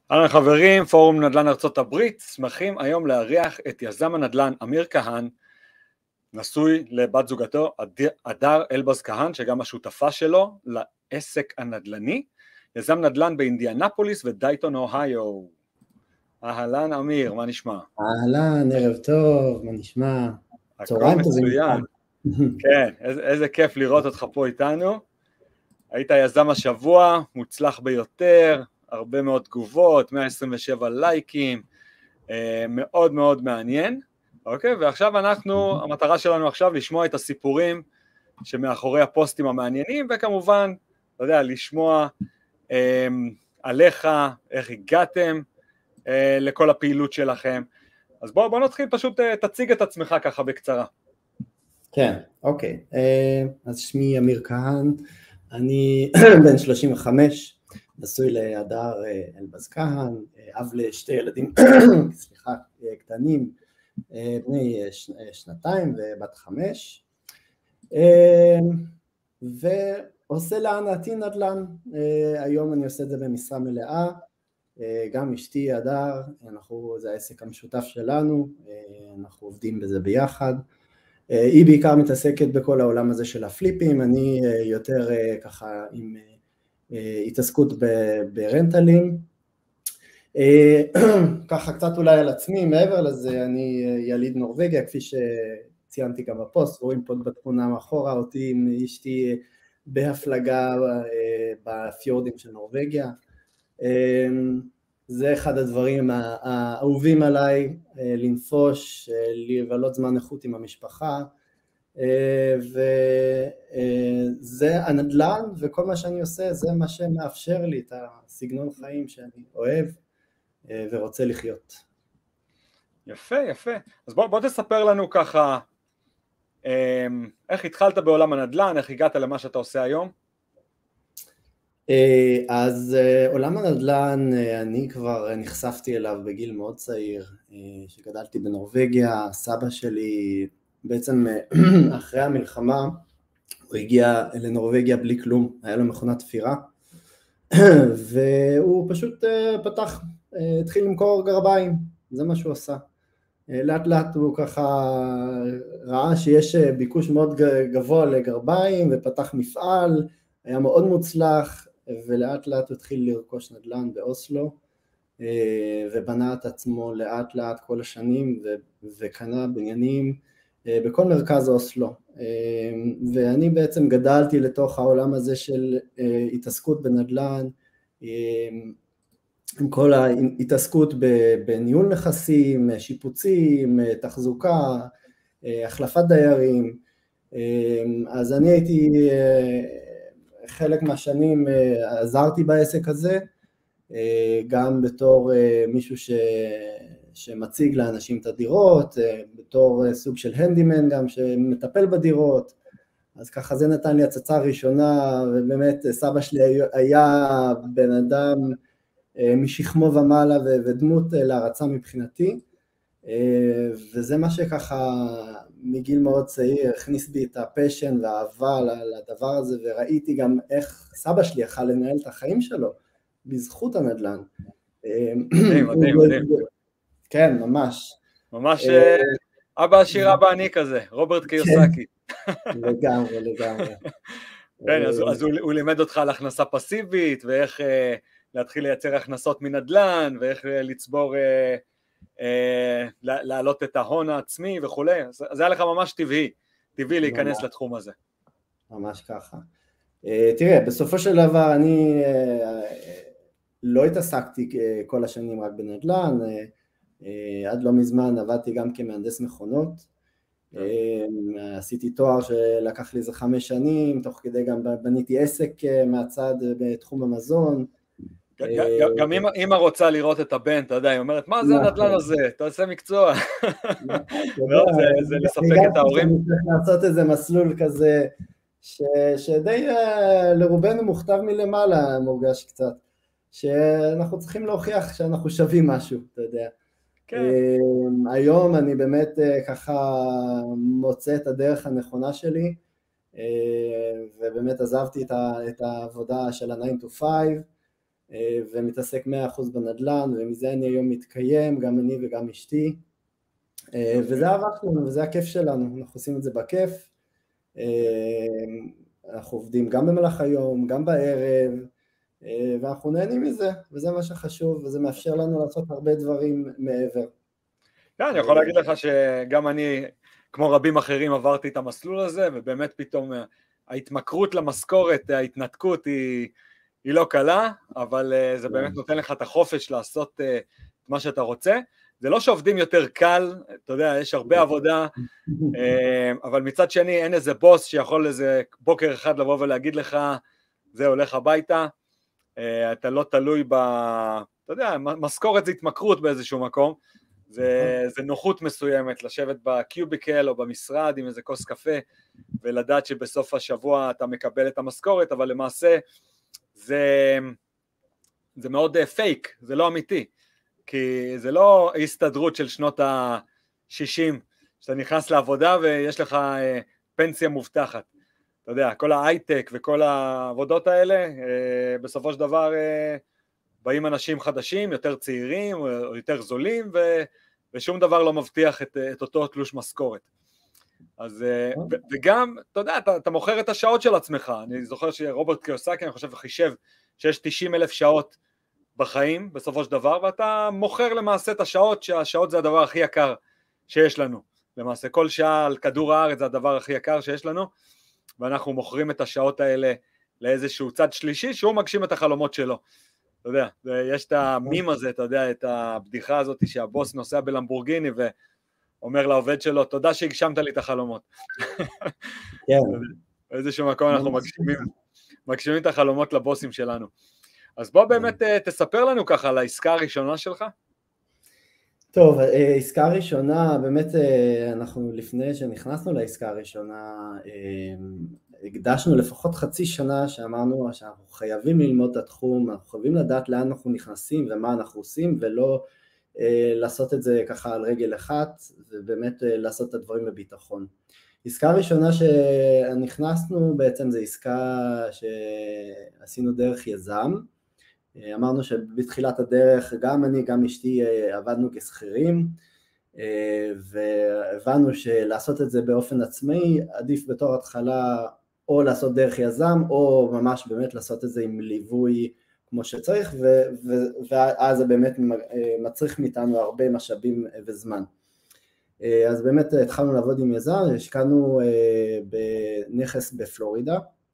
אהלן חברים, פורום נדל"ן ארצות הברית, שמחים היום לארח את יזם הנדל"ן אמיר כהן, נשוי לבת זוגתו הדר אלבז כהן, שגם השותפה שלו לעסק הנדל"ני, יזם נדל"ן באינדיאנפוליס ודייטון אוהיו. אהלן אמיר, מה נשמע? אהלן, ערב טוב, מה נשמע? הכל מצוין. כן, איזה כיף לראות אותך פה איתנו. היית יזם השבוע, מוצלח ביותר, הרבה מאוד תגובות, 127 לייקים, מאוד מאוד מעניין, אוקיי? ועכשיו המטרה שלנו עכשיו לשמוע את הסיפורים שמאחורי הפוסטים המעניינים, וכמובן, אתה יודע, לשמוע עליך, איך הגעתם לכל הפעילות שלכם. אז בוא נתחיל, פשוט תציג את עצמך ככה בקצרה. כן, אוקיי. אז שמי אמיר כהן, אני בן 35, נשוי להדר אלבז כהן, אב לשתי ילדים, סליחה, קטנים, בני 2 ובת 5, ועושה להנאתי נדל"ן. היום אני עושה את זה במשרה מלאה, גם אשתי הדר, זה העסק המשותף שלנו, אנחנו עובדים בזה ביחד. היא בעיקר מתעסקת בכל העולם הזה של הפליפים, אני יותר ככה עם התעסקות ברנטלים. ככה קצת אולי על עצמי, מעבר לזה אני יליד נורווגיה, כפי שציינתי גם בפוסט, רואים פה בתמונה מאחורה אותי עם אשתי בהפלגה בפיורדים של נורווגיה. זה אחד הדברים האהובים עליי, לנפוש, לבלות זמן איכות עם המשפחה, וזה הנדל"ן וכל מה שאני עושה, זה מה שמאפשר לי את הסגנון חיים שאני אוהב ורוצה לחיות. יפה, יפה. אז בוא תספר לנו ככה, איך התחלת בעולם הנדל"ן, איך הגעת למה שאתה עושה היום? אז עולם הנדל"ן, אני כבר נחשפתי אליו בגיל מאוד צעיר, שגדלתי בנורווגיה. סבא שלי בעצם אחרי המלחמה, הוא הגיע לנורווגיה בלי כלום, היה לו מכונת תפירה, והוא פשוט התחיל למכור גרביים, זה מה שהוא עשה. לאט לאט הוא ככה ראה שיש ביקוש מאוד גבוה לגרביים, ופתח מפעל, היה מאוד מוצלח, ולאט לאט הוא התחיל לרכוש נדל"ן באוסלו, ובנה את עצמו לאט לאט כל השנים, וקנה בניינים בכל מרכז אוסלו. ואני בעצם גדלתי לתוך העולם הזה של התעסקות בנדל"ן, עם כל ההתעסקות בניהול נכסים, שיפוצים, תחזוקה, החלפת דיירים. אז אני הייתי חלק מהשנים עזרתי בעסק הזה, גם בתור מישהו שמציג לאנשים את הדירות, בתור סוג של הנדימן גם שמטפל בדירות. אז ככה זה נתן לי הצצה ראשונה, ובאמת סבא שלי היה בן אדם משכמו ומעלה ודמות להרצה מבחינתי, וזה מה שככה מגיל מאוד צעיר הכניס בי את הפשן והאהבה לדבר הזה, וראיתי גם איך סבא שלי יכל לנהל את החיים שלו בזכות הנדל"ן. מדהים. כן, ממש. ממש אבא עשיר אבא עני כזה, רוברט קיוסקי. לגמרי. כן, אז הוא לימד אותך על הכנסה פסיבית, ואיך להתחיל לייצר הכנסות מנדל"ן, ואיך לצבור, להעלות את ההון העצמי וכולי. אז זה היה לך ממש טבעי להיכנס לתחום הזה. ממש ככה. תראה, בסופו של דבר אני לא התעסקתי כל השנים רק בנדל"ן, עד לא מזמן עבדתי גם כמהנדס מכונות, עשיתי תואר שלקח לי איזה 5 שנים, תוך כדי גם בניתי עסק מהצד בתחום המזון. גם אמא רוצה לראות את הבן, אתה יודע, היא אומרת, מה זה הנדל"ן הזה? תעשה מקצוע. זה לספק את ההורים. אני צריך לעשות איזה מסלול כזה, שדי לרובנו מוכתב מלמעלה, מורגש קצת, שאנחנו צריכים להוכיח שאנחנו שווים משהו, אתה יודע. היום אני באמת ככה מוצא את הדרך הנכונה שלי, ובאמת עזבתי את העבודה של ה-9 to 5, ומתעסק 100% בנדל"ן, ומזה אני היום מתקיים, גם אני וגם אשתי, וזה האהבה שלנו, וזה הכיף שלנו, אנחנו עושים את זה בכיף, אנחנו עובדים גם במהלך היום, גם בערב, ואנחנו נהנים מזה, וזה מה שחשוב, וזה מאפשר לנו לעשות הרבה דברים מעבר. אני יכול להגיד לך שגם אני, כמו רבים אחרים, עברתי את המסלול הזה, ובאמת פתאום ההתמכרות למשכורת, ההתנתקות היא לא קלה, אבל זה באמת נותן לך את החופש לעשות את מה שאתה רוצה. זה לא שעובדים יותר קל, אתה יודע, יש הרבה עבודה, אבל מצד שני אין איזה בוס שיכול איזה בוקר אחד לבוא ולהגיד לך, זה הולך הביתה, אתה לא תלוי אתה יודע, משכורת זה התמכרות באיזשהו מקום, זה נוחות מסוימת, לשבת בקיוביקל או במשרד עם איזה כוס קפה, ולדעת שבסוף השבוע אתה מקבל את המשכורת, אבל למעשה זה מאוד פייק, זה לא אמיתי, כי זה לא הסתדרות של שנות ה-60, שאתה נכנס לעבודה ויש לך פנסיה מובטחת. אתה יודע, כל ההייטק וכל העבודות האלה, בסופו של דבר באים אנשים חדשים, יותר צעירים או יותר זולים, ושום דבר לא מבטיח את אותו תלוש משכורת. אז, וגם, אתה יודע, אתה מוכר את השעות של עצמך. אני זוכר שרוברט קיוסקי, אני חושב, חישב שיש 90,000 שעות בחיים, בסופו של דבר, ואתה מוכר למעשה את השעות, שהשעות זה הדבר הכי יקר שיש לנו. למעשה, כל שעה על כדור הארץ זה הדבר הכי יקר שיש לנו, ואנחנו מוכרים את השעות האלה לאיזשהו צד שלישי, שהוא מגשים את החלומות שלו. אתה יודע, יש את המים הזה, אתה יודע, את הבדיחה הזאת שהבוס נוסע בלמבורגיני ואומר לעובד שלו, תודה שהגשמת לי את החלומות. כן. באיזשהו מקום אנחנו מגשימים את החלומות לבוסים שלנו. אז בוא באמת תספר לנו ככה על העסקה הראשונה שלך. טוב, עסקה ראשונה, באמת אנחנו לפני שנכנסנו לעסקה הראשונה, הקדשנו לפחות חצי שנה שאמרנו שאנחנו חייבים ללמוד את התחום, אנחנו חייבים לדעת לאן אנחנו נכנסים ומה אנחנו עושים, ולא לעשות את זה ככה על רגל אחת, ובאמת לעשות את הדברים בביטחון. עסקה ראשונה שנכנסנו בעצם זה עסקה שעשינו דרך יזם, אמרנו שבתחילת הדרך גם אני גם אשתי עבדנו כשכירים, והבנו שלעשות את זה באופן עצמאי עדיף בתור התחלה או לעשות דרך יזם או ממש באמת לעשות את זה עם ליווי כמו שצריך, ואז זה באמת מצריך מאיתנו הרבה משאבים וזמן. אז באמת התחלנו לעבוד עם יזם, השקענו בנכס בפלורידה,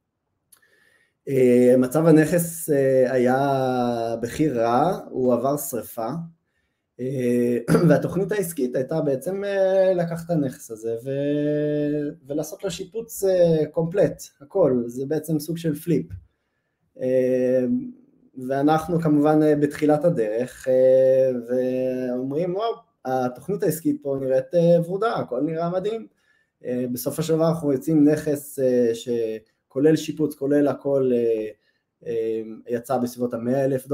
מצב הנכס היה בכי רע, הוא עבר שריפה, והתוכנית העסקית הייתה בעצם לקחת את הנכס הזה ולעשות לו שיפוץ קומפלט, הכל, זה בעצם סוג של פליפ. ואנחנו כמובן בתחילת הדרך, ואומרים, וואו, התוכנית העסקית פה נראית ורודה, הכל נראה מדהים. בסוף השבוע אנחנו יוצאים נכס כולל שיפוץ, כולל הכל, יצא בסביבות $100,000,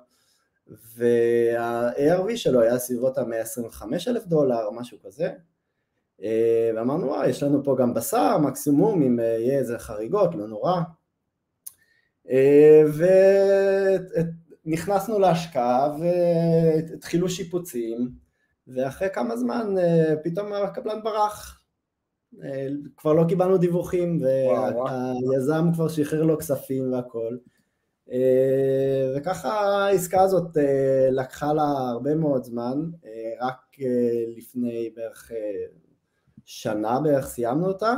וה-ARV שלו היה סביבות $125,000, משהו כזה, ואמרנו, יש לנו פה גם בשר, מקסימום, אם יהיה איזה חריגות, לא נורא, ונכנסנו להשקעה, והתחילו שיפוצים, ואחרי כמה זמן פתאום הקבלן ברח, כבר לא קיבלנו דיווחים, והיזם כבר שחרר לו כספים והכל, וככה העסקה הזאת לקחה לה הרבה מאוד זמן, רק לפני בערך שנה בערך סיימנו אותה,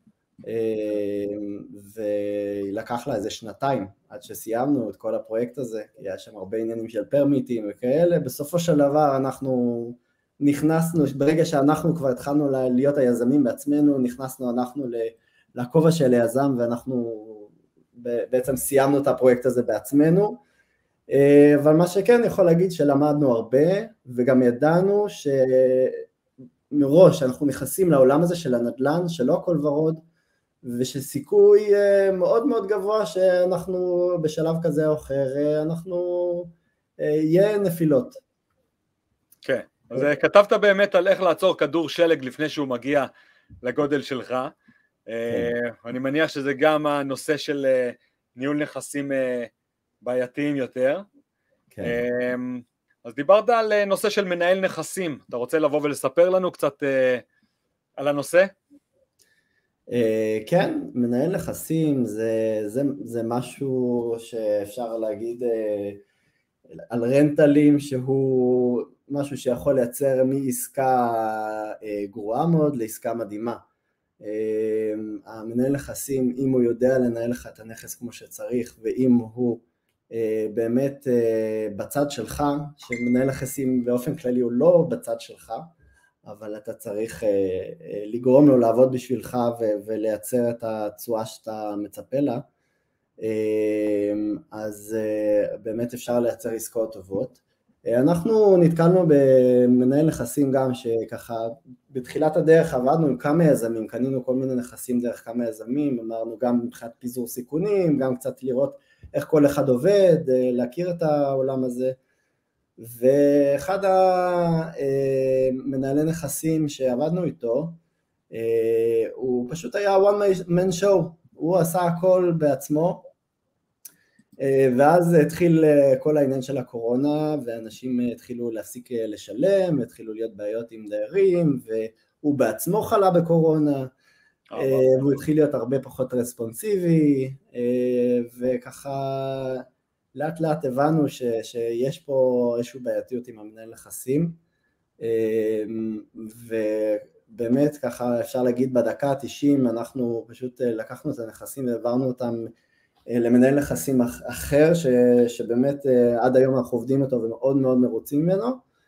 ולקח לה איזה שנתיים עד שסיימנו את כל הפרויקט הזה, היה שם הרבה עניינים של פרמיטים וכאלה, בסופו של דבר אנחנו נכנסנו, ברגע שאנחנו כבר התחלנו להיות היזמים בעצמנו, נכנסנו אנחנו לכובע של היזם, ואנחנו בעצם סיימנו את הפרויקט הזה בעצמנו, אבל מה שכן יכול להגיד שלמדנו הרבה, וגם ידענו שמראש אנחנו נכנסים לעולם הזה של הנדל"ן, שלא הכל ורוד, ושסיכוי מאוד מאוד גבוה שאנחנו בשלב כזה או אחר, אנחנו יהיה נפילות. כן. אז כתבת באמת על איך לעצור כדור שלג לפני שהוא מגיע לגודל שלך, אני מניח שזה גם הנושא של ניהול נכסים בעייתיים יותר, אז דיברת על נושא של מנהל נכסים, אתה רוצה לבוא ולספר לנו קצת על הנושא? כן, מנהל נכסים זה משהו שאפשר להגיד על רנטלים, שהוא משהו שיכול לייצר מעסקה גרועה מאוד לעסקה מדהימה. המנהל נכסים, אם הוא יודע לנהל לך את הנכס כמו שצריך, ואם הוא באמת בצד שלך, שמנהל נכסים באופן כללי הוא לא בצד שלך, אבל אתה צריך לגרום לו לעבוד בשבילך ולייצר את התשואה שאתה מצפה לה, אז באמת אפשר לייצר עסקאות טובות. אנחנו נתקלנו במנהל נכסים גם שככה בתחילת הדרך עבדנו עם כמה יזמים, קנינו כל מיני נכסים דרך כמה יזמים, אמרנו גם מבחינת פיזור סיכונים, גם קצת לראות איך כל אחד עובד, להכיר את העולם הזה, ואחד המנהלי נכסים שעבדנו איתו, הוא פשוט היה one man show, הוא עשה הכל בעצמו, ואז התחיל כל העניין של הקורונה, ואנשים התחילו להפסיק לשלם, התחילו להיות בעיות עם דיירים, והוא בעצמו חלה בקורונה, והוא התחיל להיות הרבה פחות רספונסיבי, וככה לאט לאט הבנו שיש פה איזושהי בעייתיות עם המנהל נכסים, ובאמת ככה אפשר להגיד בדקה ה-90 אנחנו פשוט לקחנו את הנכסים והעברנו אותם למנהל נכסים אחר, שבאמת עד היום אנחנו עובדים אותו ומאוד מאוד מרוצים ממנו,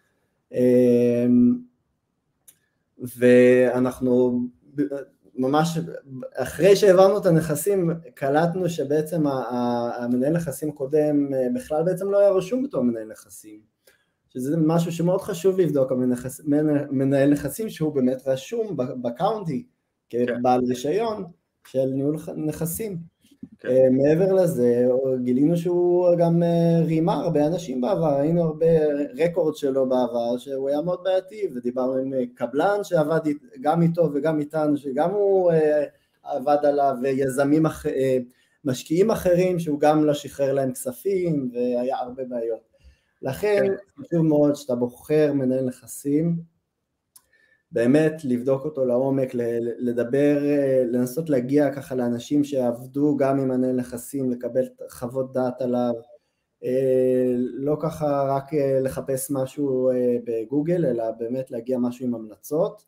ואנחנו ממש אחרי שהעברנו את הנכסים קלטנו שבעצם המנהל נכסים הקודם בכלל בעצם לא היה רשום בתור מנהל נכסים, שזה משהו שמאוד חשוב לבדוק, מנהל נכסים שהוא באמת רשום בקאונטי כבעל רישיון של ניהול נכסים. מעבר לזה גילינו שהוא גם רימה הרבה אנשים בעבר, ראינו הרבה רקורד שלו בעבר שהוא היה מאוד בעייתי, ודיברנו עם קבלן שעבד גם איתו וגם איתנו שגם הוא עבד עליו, ויזמים משקיעים אחרים שהוא גם לא שחרר להם כספים, והיה הרבה בעיות. לכן חשוב מאוד שאתה בוחר מנהל נכסים, באמת לבדוק אותו לעומק, לדבר, לנסות להגיע ככה לאנשים שעבדו גם עם מנהל נכסים, לקבל חוות דעת עליו, לא ככה רק לחפש משהו בגוגל, אלא באמת להגיע משהו עם המלצות,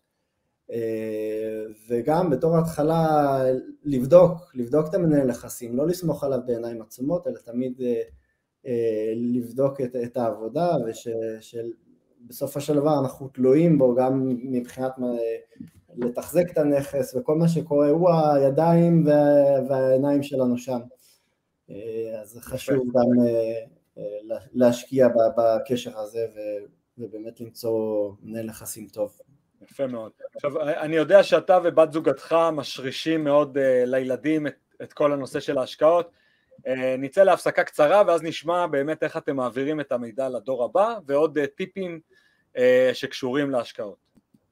וגם בתור התחלה לבדוק את המנהל נכסים, לא לסמוך עליו בעיניים עצומות, אלא תמיד לבדוק את העבודה, בסופו של דבר אנחנו תלויים בו גם מבחינת לתחזק את הנכס, וכל מה שקורה הוא הידיים והעיניים שלנו שם, אז חשוב גם להשקיע בקשר הזה ובאמת למצוא מנהל נכסים טוב. יפה מאוד. עכשיו אני יודע שאתה ובת זוגתך משרישים מאוד לילדים את כל הנושא של ההשקעות, נצא להפסקה קצרה ואז נשמע באמת איך אתם מעבירים את המידע לדור הבא ועוד טיפים שקשורים להשקעות.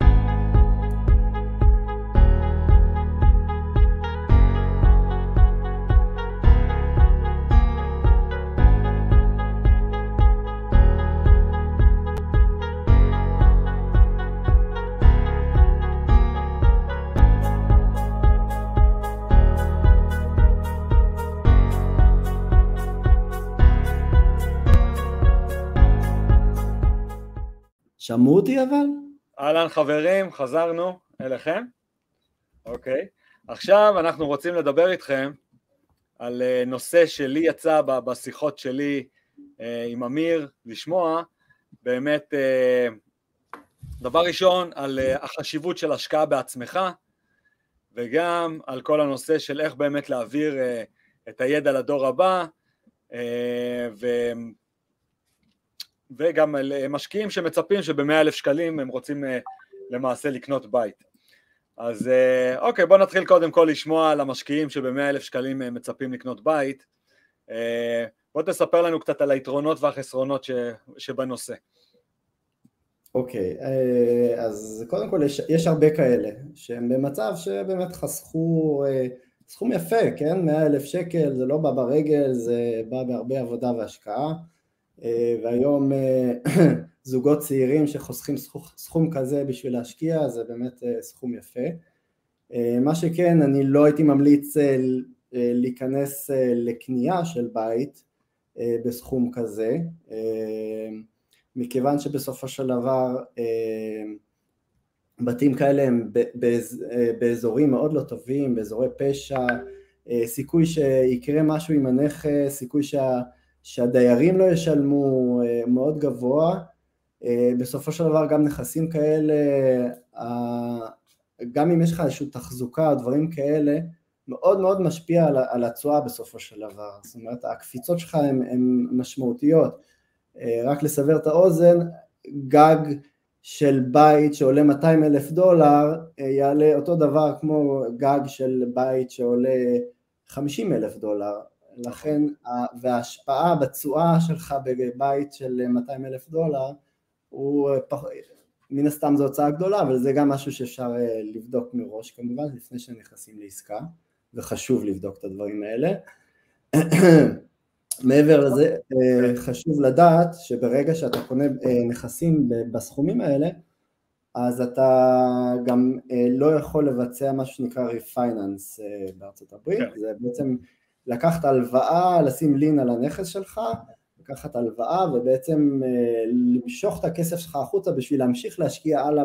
שמעו אותי אבל? אהלן חברים, חזרנו אליכם. אוקיי. עכשיו אנחנו רוצים לדבר איתכם על נושא שלי יצא בשיחות שלי עם אמיר, לשמוע באמת דבר ראשון על החשיבות של השקעה בעצמך, וגם על כל הנושא של איך באמת להעביר את הידע לדור הבא, וגם משקיעים שמצפים שב100,000 שקלים הם רוצים למעשה לקנות בית. אז אוקיי, בוא נתחיל קודם כל לשמוע על המשקיעים שב100,000 שקלים מצפים לקנות בית. בוא תספר לנו קצת על היתרונות והחסרונות שבנושא. אוקיי, אז קודם כל יש הרבה כאלה שהם במצב שבאמת חסכו סכום יפה, כן? 100,000 שקל, זה לא בא ברגל, זה בא בהרבה עבודה והשקעה. והיום זוגות צעירים שחוסכים סכום כזה בשביל להשקיע, זה באמת סכום יפה. מה שכן, אני לא הייתי ממליץ להיכנס לקנייה של בית בסכום כזה, מכיוון שבסופו של דבר בתים כאלה הם באזורים מאוד לא טובים, באזורי פשע, סיכוי שיקרה משהו עם הנכס, סיכוי שהדיירים לא ישלמו מאוד גבוה. בסופו של דבר גם נכסים כאלה, גם אם יש לך איזושהי תחזוקה או דברים כאלה, מאוד מאוד משפיע על התשואה בסופו של דבר. זאת אומרת, הקפיצות שלך הן משמעותיות. רק לסבר את האוזן, גג של בית שעולה $200,000 יעלה אותו דבר כמו גג של בית שעולה $50,000. לכן, וההשפעה בתשואה שלך בבית של $200,000 הוא מן הסתם זו הוצאה גדולה, אבל זה גם משהו שאפשר לבדוק מראש כמובן לפני שנכנסים לעסקה, וחשוב לבדוק את הדברים האלה. מעבר לזה, חשוב לדעת שברגע שאתה קונה נכסים בסכומים האלה, אז אתה גם לא יכול לבצע משהו שנקרא refinance בארצות הברית, זה בעצם לקחת הלוואה, לשים לין על הנכס שלך, לקחת הלוואה ובעצם למשוך את הכסף שלך החוצה בשביל להמשיך להשקיע הלאה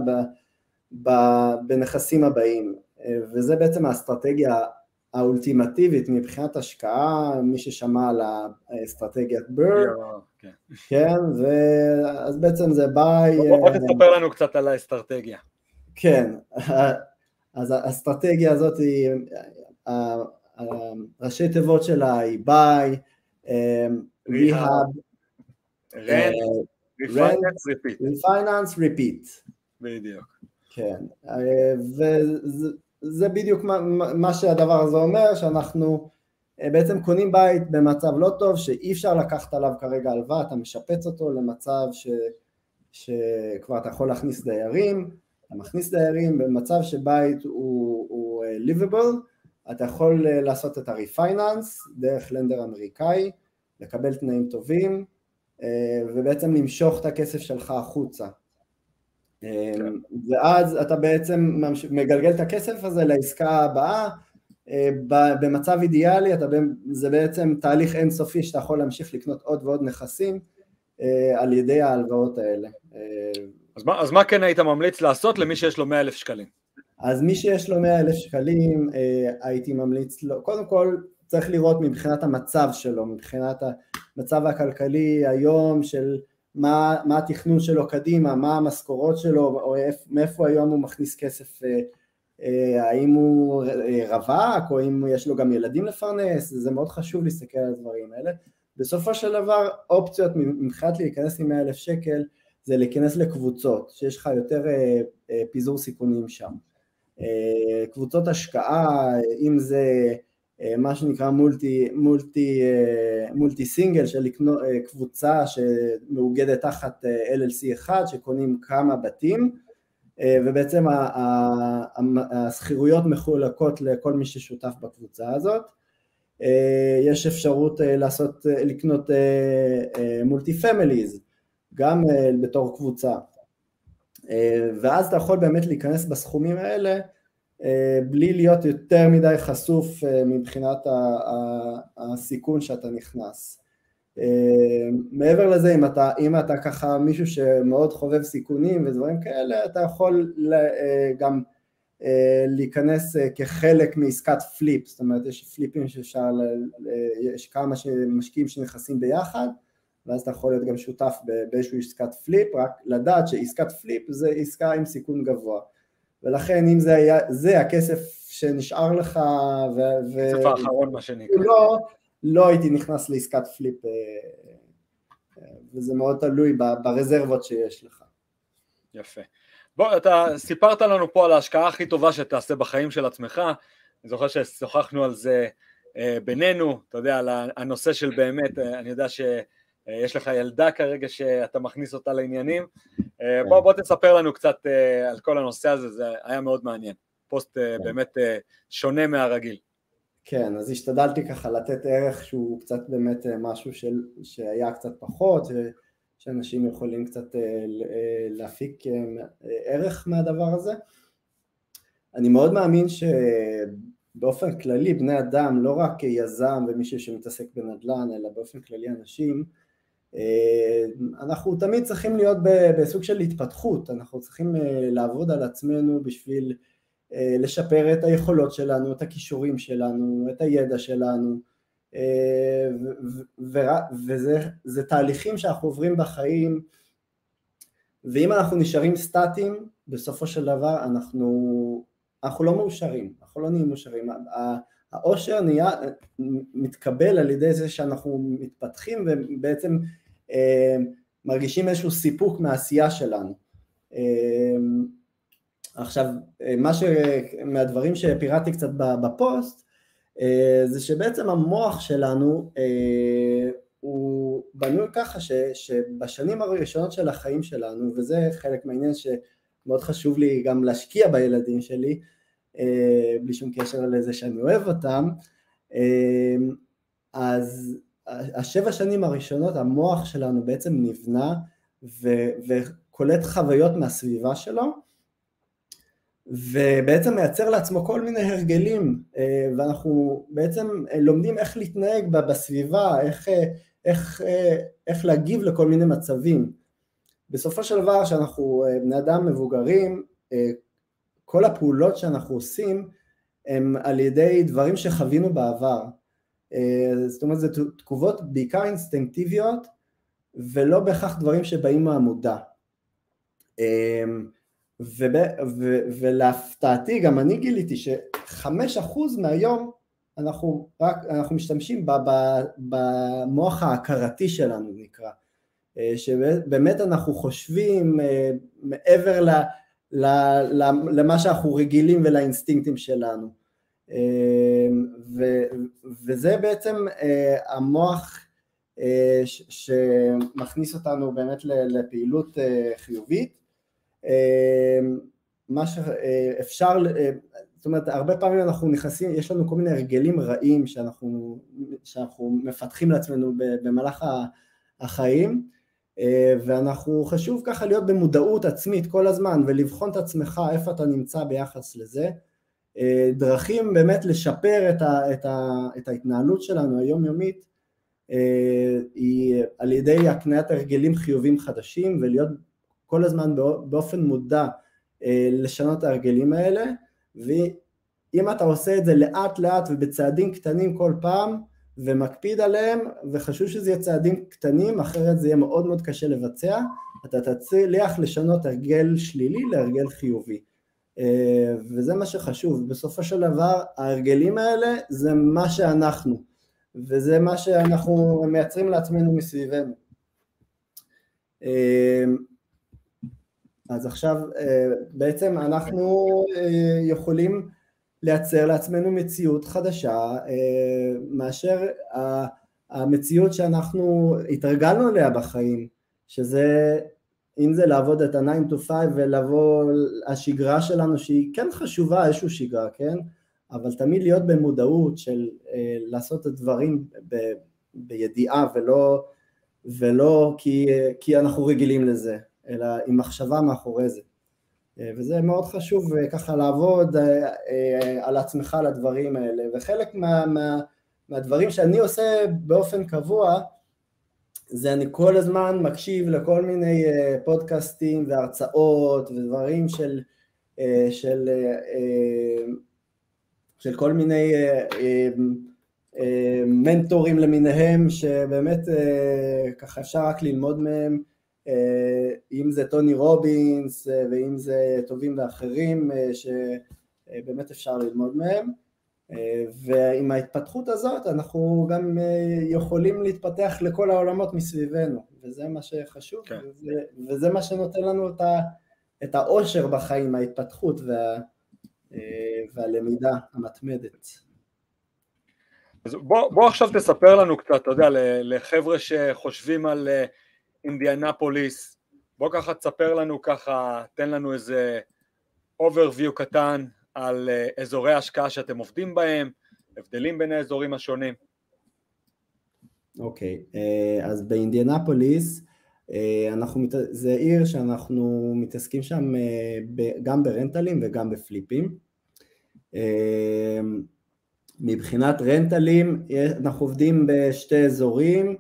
בנכסים הבאים, וזה בעצם האסטרטגיה האולטימטיבית מבחינת השקעה, מי ששמע על האסטרטגיית בר, כן, אז בעצם זה ביי... בוא תספר לנו קצת על האסטרטגיה. כן, אז האסטרטגיה הזאת היא, ראשי תיבות שלה היא ביי, refinance, repeat. בדיוק. כן, וזה בדיוק מה שהדבר הזה אומר, שאנחנו בעצם קונים בית במצב לא טוב, שאי אפשר לקחת עליו כרגע הלוואה, אתה משפץ אותו למצב שכבר אתה יכול להכניס דיירים, אתה מכניס דיירים במצב שבית הוא livable, אתה יכול לעשות את הריפייננס דרך לנדר אמריקאי, לקבל תנאים טובים, ובעצם למשוך את הכסף שלך החוצה. ואז אתה בעצם מגלגל את הכסף הזה לעסקה הבאה, במצב אידיאלי, זה בעצם תהליך אינסופי שאתה יכול להמשיך לקנות עוד ועוד נכסים על ידי ההלוואות האלה. אז מה כן היית ממליץ לעשות למי שיש לו 100,000 שקלים? אז מי שיש לו 100,000 שקלים, הייתי ממליץ לו, קודם כל צריך לראות מבחינת המצב שלו, מבחינת המצב הכלכלי היום של מה התכנון שלו קדימה, מה המשכורות שלו, או מאיפה היום הוא מכניס כסף, האם הוא רווק, או אם יש לו גם ילדים לפרנס, זה מאוד חשוב להסתכל על הדברים האלה. בסופו של דבר, אופציות מבחינת להיכנס עם 100,000 שקל, זה להיכנס לקבוצות, שיש לך יותר פיזור סיכונים שם. קבוצות השקעה, אם זה מה שנקרא מולטי סינגל, של קבוצה שמאוגדת תחת LLC אחד, שקונים כמה בתים, ובעצם הסחירויות מחולקות לכל מי ששותף בקבוצה הזאת. יש אפשרות לקנות מולטי פמיליז, גם בתור קבוצה, ואז אתה יכול באמת להיכנס בסכומים האלה, בלי להיות יותר מדי חשוף מבחינת הסיכון שאתה נכנס. מעבר לזה, אם אתה ככה מישהו שמאוד חובב סיכונים ודברים כאלה, אתה יכול גם להיכנס כחלק מעסקת פליפ, זאת אומרת יש פליפים יש כמה משקיעים שנכנסים ביחד, ואז אתה יכול להיות גם שותף באיזשהו עסקת פליפ, רק לדעת שעסקת פליפ זה עסקה עם סיכון גבוה, ולכן אם זה הכסף שנשאר לך, הכסף האחרון מה שנקרא, לא הייתי נכנס לעסקת פליפ, וזה מאוד תלוי ברזרבות שיש לך. יפה. בוא, אתה סיפרת לנו פה על ההשקעה הכי טובה שתעשה בחיים של עצמך, אני זוכר ששוחחנו על זה בינינו, אתה יודע, על הנושא של באמת, אני יודע שיש לך ילדה כרגע שאתה מכניס אותה לעניינים, בוא תספר לנו קצת על כל הנושא הזה, זה היה מאוד מעניין, פוסט באמת שונה מהרגיל. כן, אז השתדלתי ככה לתת ערך שהוא קצת באמת משהו שהיה קצת פחות, שאנשים יכולים קצת להפיק ערך מהדבר הזה. אני מאוד מאמין שבאופן כללי בני אדם, לא רק יזם ומישהו שמתעסק בנדל"ן, אלא באופן כללי אנשים, אנחנו תמיד צריכים להיות בסוג של התפתחות, אנחנו צריכים לעבוד על עצמנו בשביל לשפר את היכולות שלנו, את הכישורים שלנו, את הידע שלנו, וזה תהליכים שאנחנו עוברים בחיים, ואם אנחנו נשארים סטטיים, בסופו של דבר אנחנו לא מאושרים, אנחנו לא נהיים מאושרים, האושר מתקבל על ידי זה שאנחנו מתפתחים ובעצם מרגישים איזשהו סיפוק מהעשייה שלנו. עכשיו, מהדברים שפירטתי קצת בפוסט, זה שבעצם המוח שלנו הוא בנוי ככה שבשנים הראשונות של החיים שלנו, וזה חלק מהעניין שמאוד חשוב לי גם להשקיע בילדים שלי, בלי שום קשר לזה שאני אוהב אותם, אז 7 שנים הראשונות המוח שלנו בעצם נבנה וקולט חוויות מהסביבה שלו, ובעצם מייצר לעצמו כל מיני הרגלים, ואנחנו בעצם לומדים איך להתנהג בסביבה, איך להגיב לכל מיני מצבים. בסופו של דבר שאנחנו בני אדם מבוגרים, כל הפעולות שאנחנו עושים הם על ידי דברים שחווינו בעבר. זאת אומרת, זה תגובות בעיקר אינסטינקטיביות, ולא בהכרח דברים שבאים מהמודע. ולהפתעתי, גם אני גיליתי ש5% מהיום אנחנו משתמשים במוח ההכרתי שלנו, נקרא. שבאמת אנחנו חושבים מעבר למה שאנחנו רגילים ולאינסטינקטים שלנו. וזה בעצם המוח שמכניס אותנו באמת לפעילות חיובית. מה שאפשר, זאת אומרת, הרבה פעמים אנחנו נכנסים, יש לנו כל מיני הרגלים רעים שאנחנו מפתחים לעצמנו במהלך החיים, ואנחנו חשוב ככה להיות במודעות עצמית כל הזמן, ולבחון את עצמך איפה אתה נמצא ביחס לזה. דרכים באמת לשפר את ההתנהלות שלנו היומיומית, היא על ידי הקניית הרגלים חיובים חדשים, ולהיות כל הזמן באופן מודע לשנות את ההרגלים האלה, ואם אתה עושה את זה לאט לאט ובצעדים קטנים כל פעם, ומקפיד עליהם, וחשוב שזה יהיה צעדים קטנים, אחרת זה יהיה מאוד מאוד קשה לבצע, אתה תצליח לשנות הרגל שלילי להרגל חיובי, וזה מה שחשוב. בסופו של דבר ההרגלים האלה זה מה שאנחנו, וזה מה שאנחנו מייצרים לעצמנו מסביבנו. אז עכשיו בעצם אנחנו יכולים לייצר לעצמנו מציאות חדשה, מאשר המציאות שאנחנו התרגלנו אליה בחיים, שזה, אם זה לעבוד את ה-9 to 5 ולבוא השגרה שלנו שהיא כן חשובה, איזשהו שגרה, כן? אבל תמיד להיות במודעות של לעשות את הדברים בידיעה ולא כי אנחנו רגילים לזה, אלא עם מחשבה מאחורי זה. וזה מאוד חשוב ככה לעבוד על עצמך על הדברים האלה, וחלק מהדברים שאני עושה באופן קבוע, זה אני כל הזמן מקשיב לכל מיני פודקאסטים והרצאות ודברים של כל מיני מנטורים למיניהם, שבאמת ככה אפשר רק ללמוד מהם, אם זה טוני רובינס ואם זה טובים ואחרים שבאמת אפשר ללמוד מהם, ועם ההתפתחות הזאת אנחנו גם יכולים להתפתח לכל העולמות מסביבנו, וזה מה שחשוב, כן. וזה מה שנותן לנו את האושר בחיים, ההתפתחות והלמידה המתמדת. אז בוא עכשיו תספר לנו קצת, אתה יודע, לחבר'ה שחושבים על אינדיאנפוליס, בוא ככה תספר לנו ככה, תן לנו איזה overview קטן על אזורי ההשקעה שאתם עובדים בהם, הבדלים בין האזורים השונים. אוקיי, אז באינדיאנפוליס, זה עיר שאנחנו מתעסקים שם גם ברנטלים וגם בפליפים. מבחינת רנטלים, אנחנו עובדים בשתי אזורים,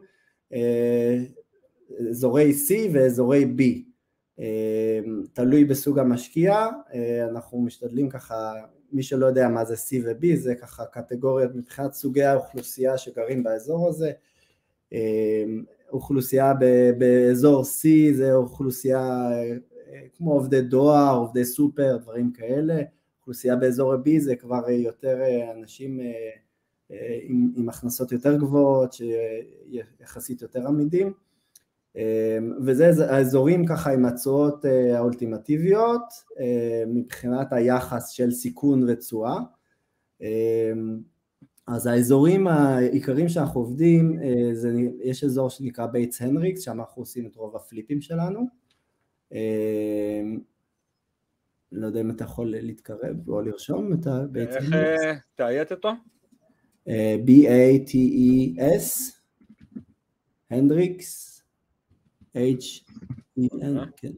אזורי C ואזורי B. תלוי בסוג המשקיע, אנחנו משתדלים ככה, מי שלא יודע מה זה C ו-B, זה ככה קטגוריות מבחינת סוגי האוכלוסייה שגרים באזור הזה. אוכלוסייה באזור C זה אוכלוסייה כמו עובדי דואר, עובדי סופר, דברים כאלה. אוכלוסייה באזור B זה כבר יותר אנשים עם הכנסות יותר גבוהות, שיחסית יותר עמידים. וזה האזורים ככה עם התשואות האולטימטיביות, מבחינת היחס של סיכון ותשואה. אז האזורים העיקריים שאנחנו עובדים, יש אזור שנקרא בייטס הנריקס, שם אנחנו עושים את רוב הפליפים שלנו. לא יודע אם אתה יכול להתקרב או לרשום את הבייטס הנריקס. איך תאיית אותו? B-A-T-E-S, הנדריקס, H-E-N, כן.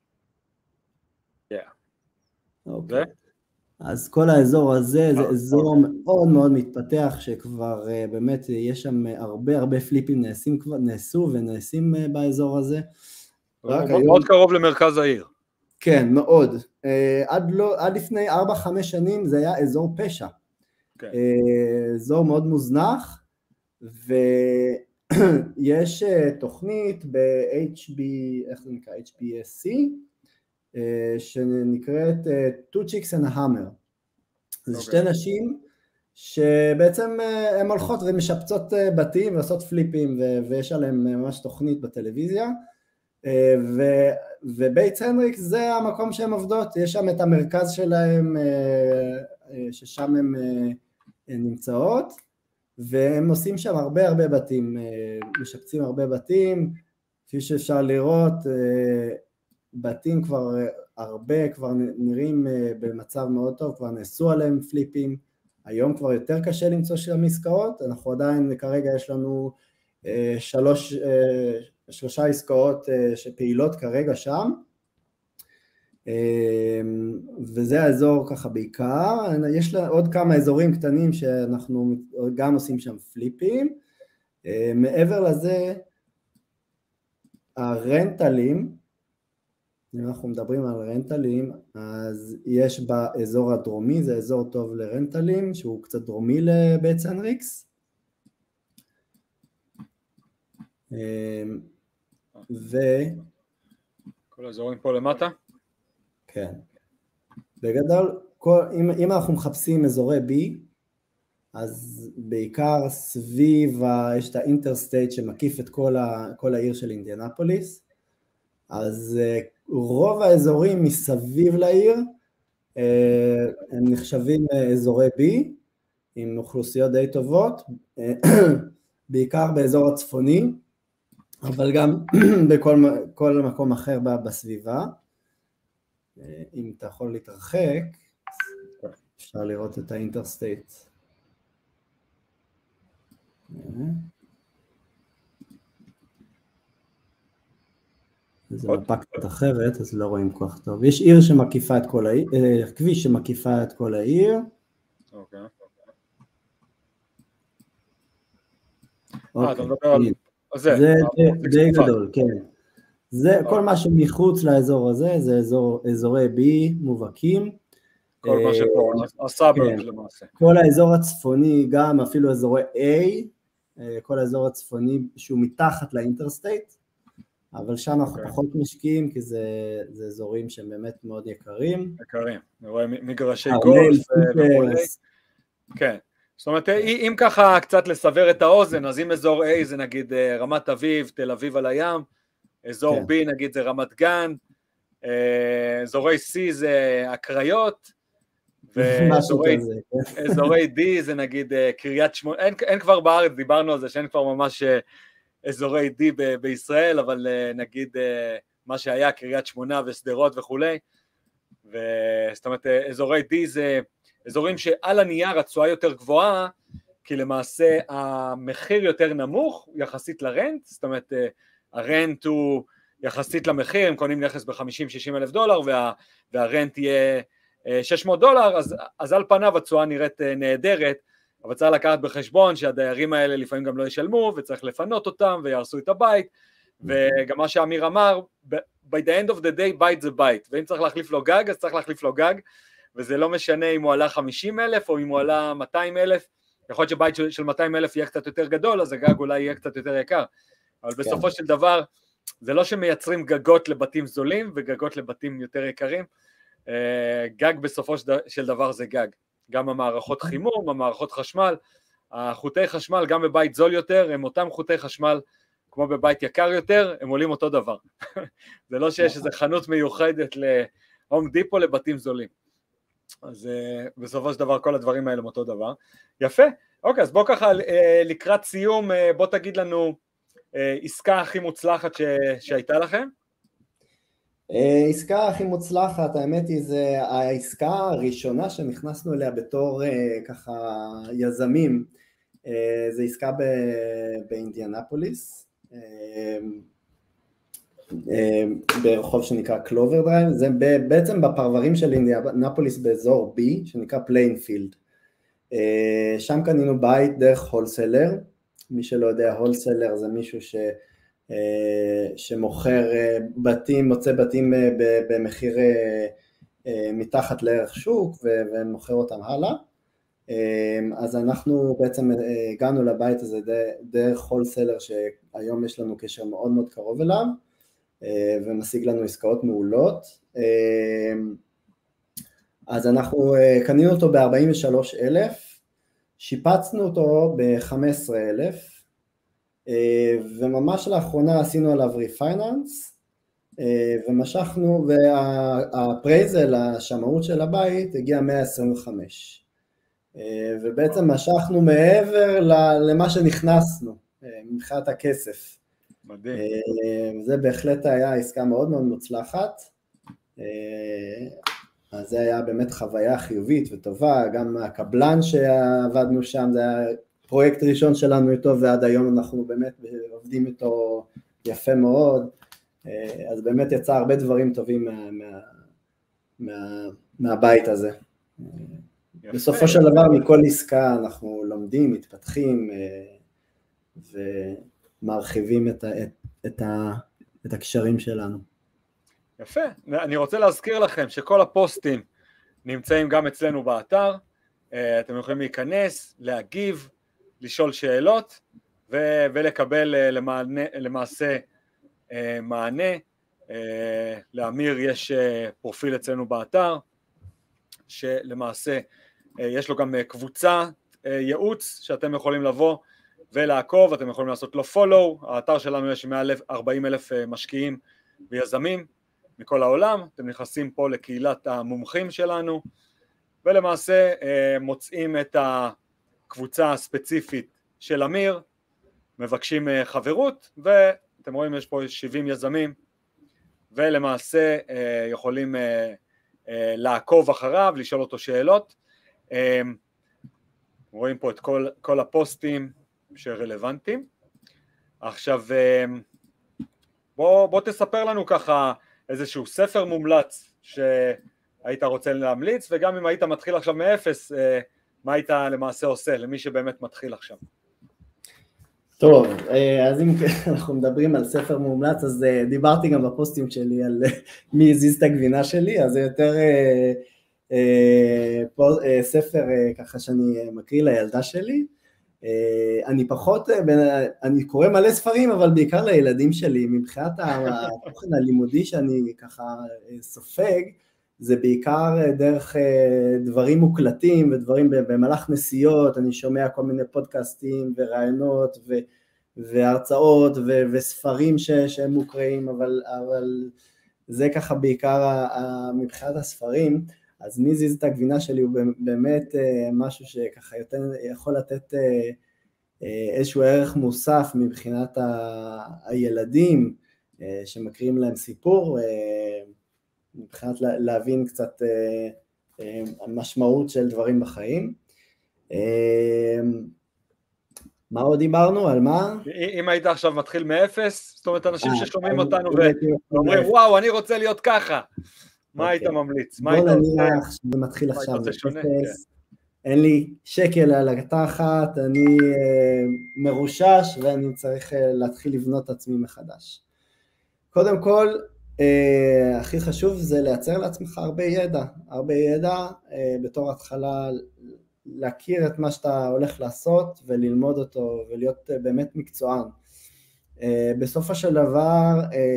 אוקיי. אז כל האזור הזה זה אזור מאוד מאוד מתפתח, שכבר באמת יש שם הרבה פליפים נעשו ונעשים באזור הזה. מאוד קרוב למרכז העיר. כן, מאוד. עד לפני 4-5 שנים זה היה אזור פשע. אזור מאוד מוזנח, ויש תוכנית איך זה נקרא? HBSC, שנקראת Two Chicks and a Hammer. זה שתי נשים שבעצם הן הולכות ומשפצות בתים ועושות פליפים, ויש עליהם ממש תוכנית בטלוויזיה, ובייטס הנריקס זה המקום שהן עובדות, יש שם את המרכז שלהם ששם הן נמצאות, והם עושים שם הרבה בתים, משפצים הרבה בתים, כפי שאפשר לראות, בתים כבר נראים במצב מאוד טוב, כבר נעשו עליהם פליפים, היום כבר יותר קשה למצוא שם עסקאות, אנחנו עדיין כרגע יש לנו 3 עסקאות שפעילות כרגע שם, וזה האזור ככה בעיקר. יש עוד כמה אזורים קטנים שאנחנו גם עושים שם פליפים. מעבר לזה, הרנטלים, אם אנחנו מדברים על רנטלים, אז יש באזור הדרומי, זה אזור טוב לרנטלים, שהוא קצת דרומי לבייטס הנריקס. כל האזורים פה למטה? כן. בגדול, אם אנחנו מחפשים אזורי B, אז בעיקר סביב, יש את האינטרסטייט שמקיף את כל העיר של אינדיאנפוליס, אז רוב האזורים מסביב לעיר, הם נחשבים אזורי B, עם אוכלוסיות די טובות, בעיקר באזור הצפוני, אבל גם בכל מקום אחר בסביבה. אם אתה יכול להתרחק, אפשר לראות את האינטרסטייט. זה מפה קצת אחרת, אז לא רואים כל כך טוב. יש עיר שמקיפה את כל העיר, כביש שמקיפה את כל העיר. אוקיי. אתה מדבר על זה די גדול, כן. זה כל מה שמחוץ לאזור הזה, זה אזורי B מובהקים. כל מה שפה, הסאברבס למעשה. כל האזור הצפוני, גם אפילו אזורי A, כל האזור הצפוני שהוא מתחת לאינטרסטייט, אבל שם אנחנו פחות משקיעים, כי זה אזורים שהם באמת מאוד יקרים. יקרים, אני רואה מגרשי גולף וכולי. כן. זאת אומרת, אם ככה קצת לסבר את האוזן, אז אם אזור A זה נגיד רמת אביב, תל אביב על הים, אזור B נגיד זה רמת גן, אזורי C זה הקריות, ואזורי D זה נגיד קריית שמונה, אין כבר בארץ, דיברנו על זה שאין כבר ממש אזורי D בישראל, אבל נגיד מה שהיה קריית שמונה וסדרות וכולי, זאת אומרת אזורי D זה אזורים שעל הנייר התשואה יותר גבוהה, כי למעשה המחיר יותר נמוך יחסית לרנט, זאת אומרת הרנט הוא יחסית למחיר, הם קונים נכס ב-50-60 אלף דולר והרנט יהיה $600, אז על פניו התשואה נראית נהדרת, אבל צריך לקחת בחשבון שהדיירים האלה לפעמים גם לא ישלמו וצריך לפנות אותם ויהרסו את הבית, וגם מה שאמיר אמר, by the end of the day בית זה בית, ואם צריך להחליף לו גג אז צריך להחליף לו גג, וזה לא משנה אם הוא עלה 50,000 או אם הוא עלה 200,000, יכול להיות שבית של 200,000 יהיה קצת יותר גדול, אז הגג אולי יהיה קצת יותר יקר, אבל בסופו של דבר, זה לא שמייצרים גגות לבתים זולים וגגות לבתים יותר יקרים, גג בסופו של דבר זה גג, גם המערכות חימום, המערכות חשמל, החוטי חשמל גם בבית זול יותר, הם אותם חוטי חשמל כמו בבית יקר יותר, הם עולים אותו דבר, זה לא שיש איזו חנות מיוחדת להום דיפו לבתים זולים, אז בסופו של דבר כל הדברים האלה הם אותו דבר. יפה, אוקיי, אז בוא ככה לקראת סיום, בוא תגיד לנו עסקה הכי מוצלחת שהייתה לכם. עסקה הכי מוצלחת, האמת היא זה העסקה הראשונה שנכנסנו אליה בתור ככה יזמים, זה עסקה באינדיאנפוליס, ברחוב שנקרא קלובר דרייב, זה בעצם בפרברים של אינדיאנפוליס באזור B, שנקרא פליינפילד. שם קנינו בית דרך הולסלר, מי שלא יודע, הולסלר זה מישהו שמוכר בתים, מוצא בתים במחיר מתחת לערך שוק ומוכר אותם הלאה. אז אנחנו בעצם הגענו לבית הזה דרך הולסלר שהיום יש לנו קשר מאוד מאוד קרוב אליו, ומשיג לנו עסקאות מעולות. אז אנחנו קנינו אותו ב-43,000, שיפצנו אותו ב-15,000, וממש לאחרונה עשינו עליו ריפייננס, ומשכנו, והפרייזל, השמאות של הבית, הגיע 125, ובעצם משכנו מעבר למה שנכנסנו, מבחינת הכסף. מדהים. זה בהחלט היה עסקה מאוד מאוד מוצלחת, אז זה היה באמת חוויה חיובית וטובה, גם הקבלן שעבדנו שם, זה היה פרויקט ראשון שלנו איתו, ועד היום אנחנו באמת עובדים איתו יפה מאוד, אז באמת יצא הרבה דברים טובים מהבית הזה. יפה. בסופו של דבר מכל עסקה אנחנו לומדים, מתפתחים ומרחיבים את הקשרים שלנו. יפה, אני רוצה להזכיר לכם שכל הפוסטים נמצאים גם אצלנו באתר, אתם יכולים להיכנס, להגיב, לשאול שאלות ולקבל למעשה מענה. לאמיר יש פרופיל אצלנו באתר, שלמעסה יש לו גם קבוצה ייעוץ שאתם יכולים לבוא ולעקוב, אתם יכולים לעשות לו פולו, האתר שלנו יש מעל 40,000 משקיעים ויזמים מכל העולם, אתם נכנסים פה לקהילת המומחים שלנו, ולמעשה מוצאים את הקבוצה הספציפית של אמיר, מבקשים חברות, ואתם רואים יש פה 70 יזמים, ולמעשה יכולים לעקוב אחריו, לשאול אותו שאלות. רואים פה את כל הפוסטים שרלוונטיים. עכשיו בוא תספר לנו ככה איזשהו ספר מומלץ שהיית רוצה להמליץ, וגם אם היית מתחיל עכשיו מאפס, מה היית למעשה עושה למי שבאמת מתחיל עכשיו? טוב, אז אם אנחנו מדברים על ספר מומלץ, אז דיברתי גם בפוסטים שלי על מי הזיז את הגבינה שלי, אז זה יותר ספר ככה שאני מקריא לילדה שלי. אני פחות, אני קורא מלא ספרים, אבל בעיקר לילדים שלי, מבחינת התוכן הלימודי שאני ככה סופג, זה בעיקר דרך דברים מוקלטים ודברים במהלך נסיעות, אני שומע כל מיני פודקאסטים ורעיונות והרצאות וספרים שהם מוקראים, אבל זה ככה בעיקר מבחינת הספרים. אז מי זיז את הגבינה שלי הוא באמת משהו שככה יותר יכול לתת איזשהו ערך מוסף מבחינת הילדים שמקריאים להם סיפור, מבחינת להבין קצת המשמעות של דברים בחיים. מה עוד דיברנו? על מה? אם היית עכשיו מתחיל מאפס, זאת אומרת, אנשים ששומעים אותנו ואומרים, מאפס. וואו, אני רוצה להיות ככה. מה היית ממליץ? מה היית עושה? בוא נניח שזה מתחיל עכשיו מאפס. אין לי שקל על התחת, אני מרושש ואני צריך להתחיל לבנות את עצמי מחדש. קודם כל, הכי חשוב זה לייצר לעצמך הרבה ידע בתור התחלה, להכיר את מה שאתה הולך לעשות וללמוד אותו ולהיות באמת מקצוען. בסופו של דבר,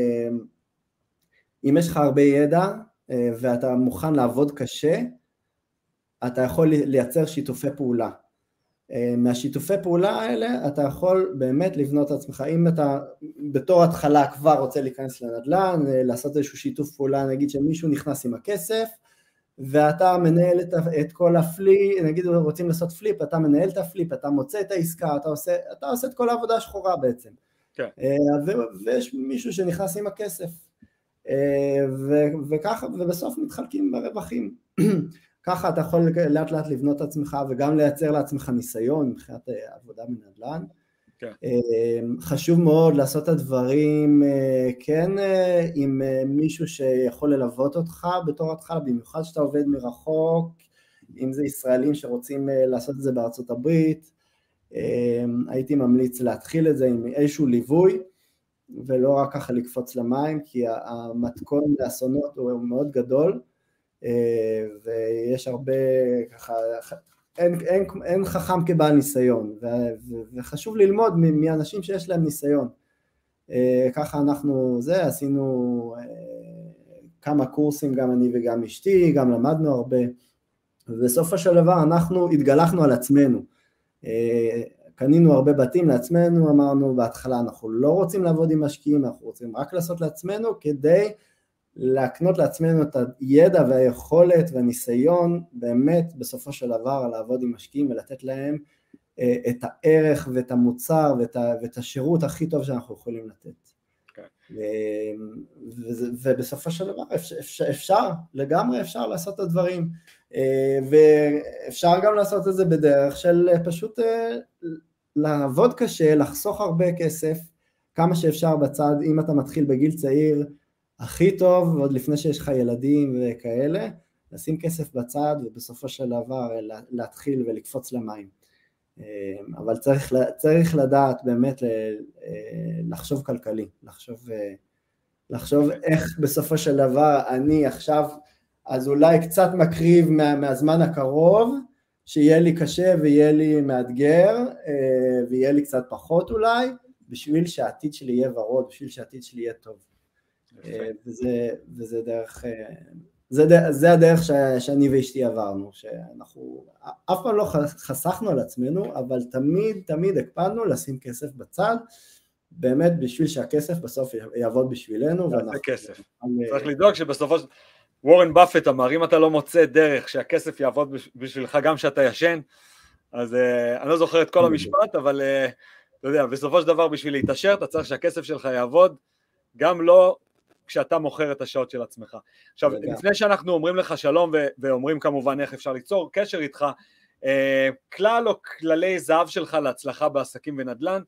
אם יש לך הרבה ידע ואתה מוכן לעבוד קשה, אתה יכול לייצר שיתופי פעולה. מהשיתופי פעולה האלה אתה יכול באמת לבנות את עצמך. אם אתה בתור התחלה כבר רוצה להיכנס לנדל"ן, לעשות איזשהו שיתוף פעולה, נגיד שמישהו נכנס עם הכסף, ואתה מנהל את כל הפליפ, נגיד רוצים לעשות פליפ, אתה מנהל את הפליפ, אתה מוצא את העסקה, אתה עושה את כל העבודה השחורה בעצם. כן. ויש מישהו שנכנס עם הכסף. וככה, ובסוף מתחלקים ברווחים. ככה אתה יכול לאט לאט לבנות את עצמך, וגם לייצר לעצמך ניסיון מבחינת עבודה מנדל"ן. כן. חשוב מאוד לעשות את הדברים, כן, עם מישהו שיכול ללוות אותך בתור התחלה, במיוחד שאתה עובד מרחוק, אם זה ישראלים שרוצים לעשות את זה בארצות הברית, הייתי ממליץ להתחיל את זה עם איזשהו ליווי, ולא רק ככה לקפוץ למים, כי המתכון לאסונות הוא מאוד גדול, ויש הרבה ככה, אין חכם כבעל ניסיון, וחשוב ללמוד מאנשים שיש להם ניסיון. ככה אנחנו עשינו כמה קורסים, גם אני וגם אשתי, גם למדנו הרבה, ובסופו של דבר אנחנו התגלחנו על עצמנו, קנינו הרבה בתים לעצמנו, אמרנו בהתחלה אנחנו לא רוצים לעבוד עם משקיעים, אנחנו רוצים רק לעשות לעצמנו, כדי להקנות לעצמנו את הידע והיכולת והניסיון, באמת בסופו של דבר לעבוד עם משקיעים ולתת להם את הערך ואת המוצר ואת השירות הכי טוב שאנחנו יכולים לתת. ובסופו של דבר לגמרי אפשר לעשות את הדברים, ואפשר גם לעשות את זה בדרך של פשוט לעבוד קשה, לחסוך הרבה כסף, כמה שאפשר בצד, אם אתה מתחיל בגיל צעיר, הכי טוב, ועוד לפני שיש לך ילדים וכאלה, לשים כסף בצד, ובסופו של דבר להתחיל ולקפוץ למים. אבל צריך לדעת באמת לחשוב כלכלי, לחשוב איך בסופו של דבר אני עכשיו, אז אולי קצת מקריב מהזמן הקרוב, שיהיה לי קשה ויהיה לי מאתגר, ויהיה לי קצת פחות אולי, בשביל שהעתיד שלי יהיה ורוד, בשביל שהעתיד שלי יהיה טוב. וזה דרך, זה הדרך שאני ואשתי עברנו, שאנחנו אף פעם לא חסכנו על עצמנו, אבל תמיד הקפדנו לשים כסף בצד, באמת בשביל שהכסף בסוף יעבוד בשבילנו. זה כסף. צריך לדאוג שבסופו וורן באפט אמר, אם אתה לא מוצא דרך שהכסף יעבוד בשבילך גם שאתה ישן, אז אני לא זוכר את כל המשפט, אבל אתה יודע, בסופו של דבר בשביל להתעשר, אתה צריך שהכסף שלך יעבוד, גם לא כשאתה מוכר את השעות של עצמך. עכשיו, לפני שאנחנו אומרים לך שלום, ואומרים כמובן איך אפשר ליצור קשר איתך, כלל או כללי זהב שלך להצלחה בעסקים ונדל"ן,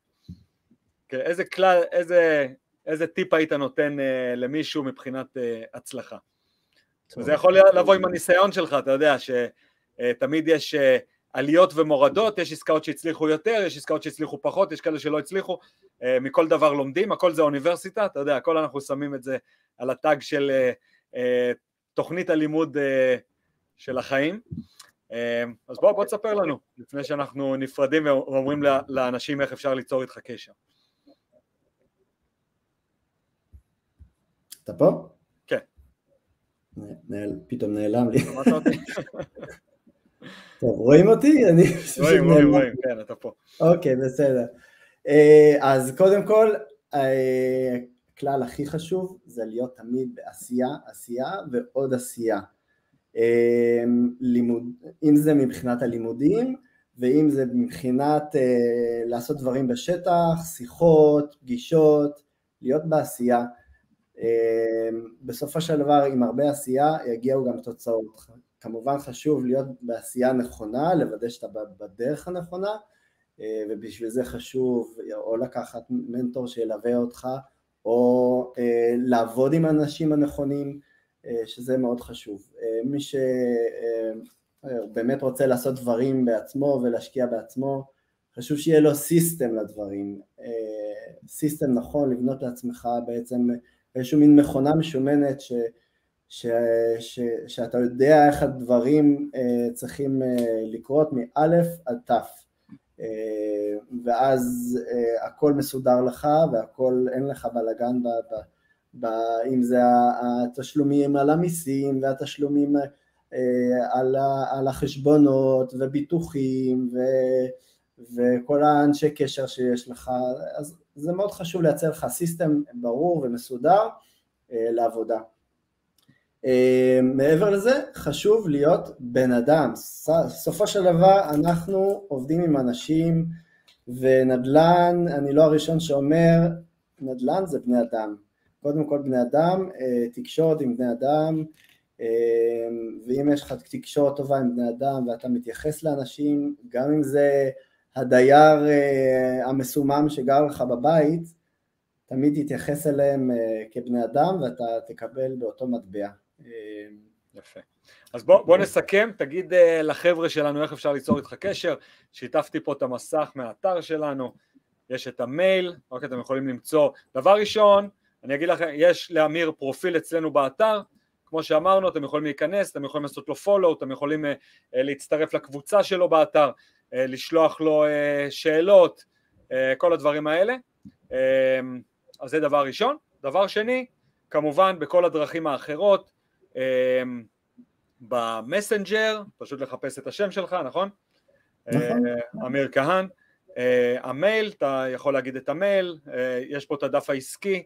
איזה טיפ היית נותן למישהו מבחינת הצלחה? זה יכול לבוא עם הניסיון שלך, אתה יודע שתמיד יש עליות ומורדות, יש עסקאות שהצליחו יותר, יש עסקאות שהצליחו פחות, יש כאלה שלא הצליחו, מכל דבר לומדים, הכל זה אוניברסיטה, אתה יודע, הכל אנחנו שמים את זה על הטאג של תוכנית הלימוד של החיים. אז בוא תספר לנו, לפני שאנחנו נפרדים ואומרים לאנשים איך אפשר ליצור איתך קשר. אתה פה? כן. פתאום נעלם לי. טוב, רואים אותי? רואים, כן, אתה פה. אוקיי, בסדר. אז קודם כל, הכלל הכי חשוב זה להיות תמיד בעשייה ועוד עשייה. אם זה מבחינת הלימודים, ואם זה מבחינת לעשות דברים בשטח, שיחות, פגישות, להיות בעשייה. בסופו של דבר, עם הרבה עשייה, יגיעו גם תוצאות. כמובן חשוב להיות בעשייה נכונה, לוודא שאתה בדרך הנכונה, ובשביל זה חשוב או לקחת מנטור שילווה אותך, או לעבוד עם האנשים הנכונים, שזה מאוד חשוב. מי שבאמת רוצה לעשות דברים בעצמו ולהשקיע בעצמו, חשוב שיהיה לו סיסטם לדברים, סיסטם נכון, לבנות לעצמך בעצם איזשהו מין מכונה משומנת שאתה יודע איך הדברים צריכים לקרות מאלף עד תף, ואז הכל מסודר לך והכל, אין לך בלגן אם זה התשלומים על המיסים והתשלומים על החשבונות וביטוחים וכל האנשי קשר שיש לך. אז זה מאוד חשוב לייצר לך סיסטם ברור ומסודר לעבודה. מעבר לזה חשוב להיות בן אדם. סופו של דבר אנחנו עובדים עם אנשים, ונדל"ן, אני לא הראשון שאומר, נדל"ן זה בני אדם, קודם כל בני אדם, תקשורת עם בני אדם, ואם יש לך תקשורת טובה עם בני אדם ואתה מתייחס לאנשים, גם אם זה הדייר המסומם שגר לך בבית, תמיד תתייחס אליהם כבני אדם ואתה תקבל באותו מטבע. יפה. אז בוא נסכם, תגיד לחבר'ה שלנו איך אפשר ליצור איתך קשר. שיתפתי פה את המסך מהאתר שלנו, יש את המייל, רק אתם יכולים למצוא. דבר ראשון, אני אגיד לכם, יש לאמיר פרופיל אצלנו באתר, כמו שאמרנו, אתם יכולים להיכנס, אתם יכולים לעשות לו פולו, אתם יכולים להצטרף לקבוצה שלו באתר, לשלוח לו שאלות, כל הדברים האלה. אז זה דבר ראשון. דבר שני, כמובן בכל הדרכים האחרות, במסנג'ר, פשוט לחפש את השם שלך, נכון? נכון. אמיר כהן. המייל, אתה יכול להגיד את המייל, יש פה את הדף העסקי,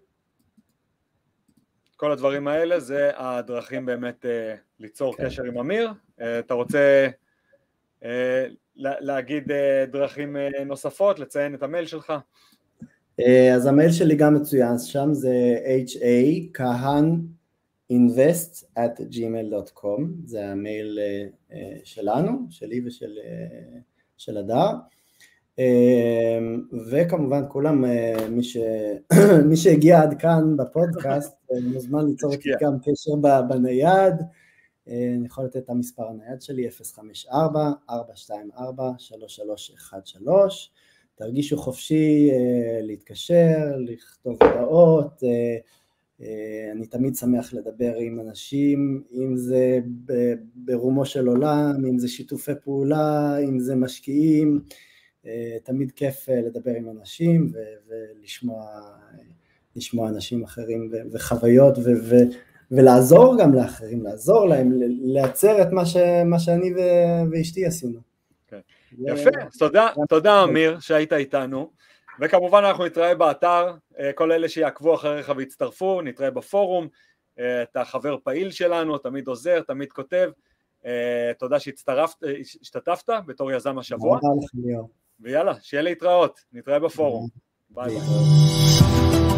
כל הדברים האלה, זה הדרכים באמת ליצור קשר עם אמיר. אתה רוצה להגיד דרכים נוספות, לציין את המייל שלך? אז המייל שלי גם מצוין, שם זה ha.kahaninvest@gmail.com, זה המייל שלנו, שלי ושל הדר, וכמובן כולם, מי שהגיע עד כאן בפודקאסט, מוזמן ליצור איתי גם קשר בנייד. אני יכול לתת את המספר הנייד שלי, 054-424-3313, תרגישו חופשי להתקשר, לכתוב הודעות, אני תמיד שמח לדבר עם אנשים, אם זה ברומו של עולם, אם זה שיתופי פעולה, אם זה משקיעים, תמיד כיף לדבר עם אנשים ולשמוע אנשים אחרים וחוויות ולעזור גם לאחרים, לעזור להם, לייצר את מה שאני ואשתי עשינו. יפה, תודה אמיר שהיית איתנו, וכמובן אנחנו נתראה באתר, כל אלה שיעקבו אחריך והצטרפו, נתראה בפורום, אתה חבר פעיל שלנו, תמיד עוזר, תמיד כותב, תודה שהשתתפת בתור יזם השבוע, ויאללה, שיהיה להתראות, נתראה בפורום, ביי ביי.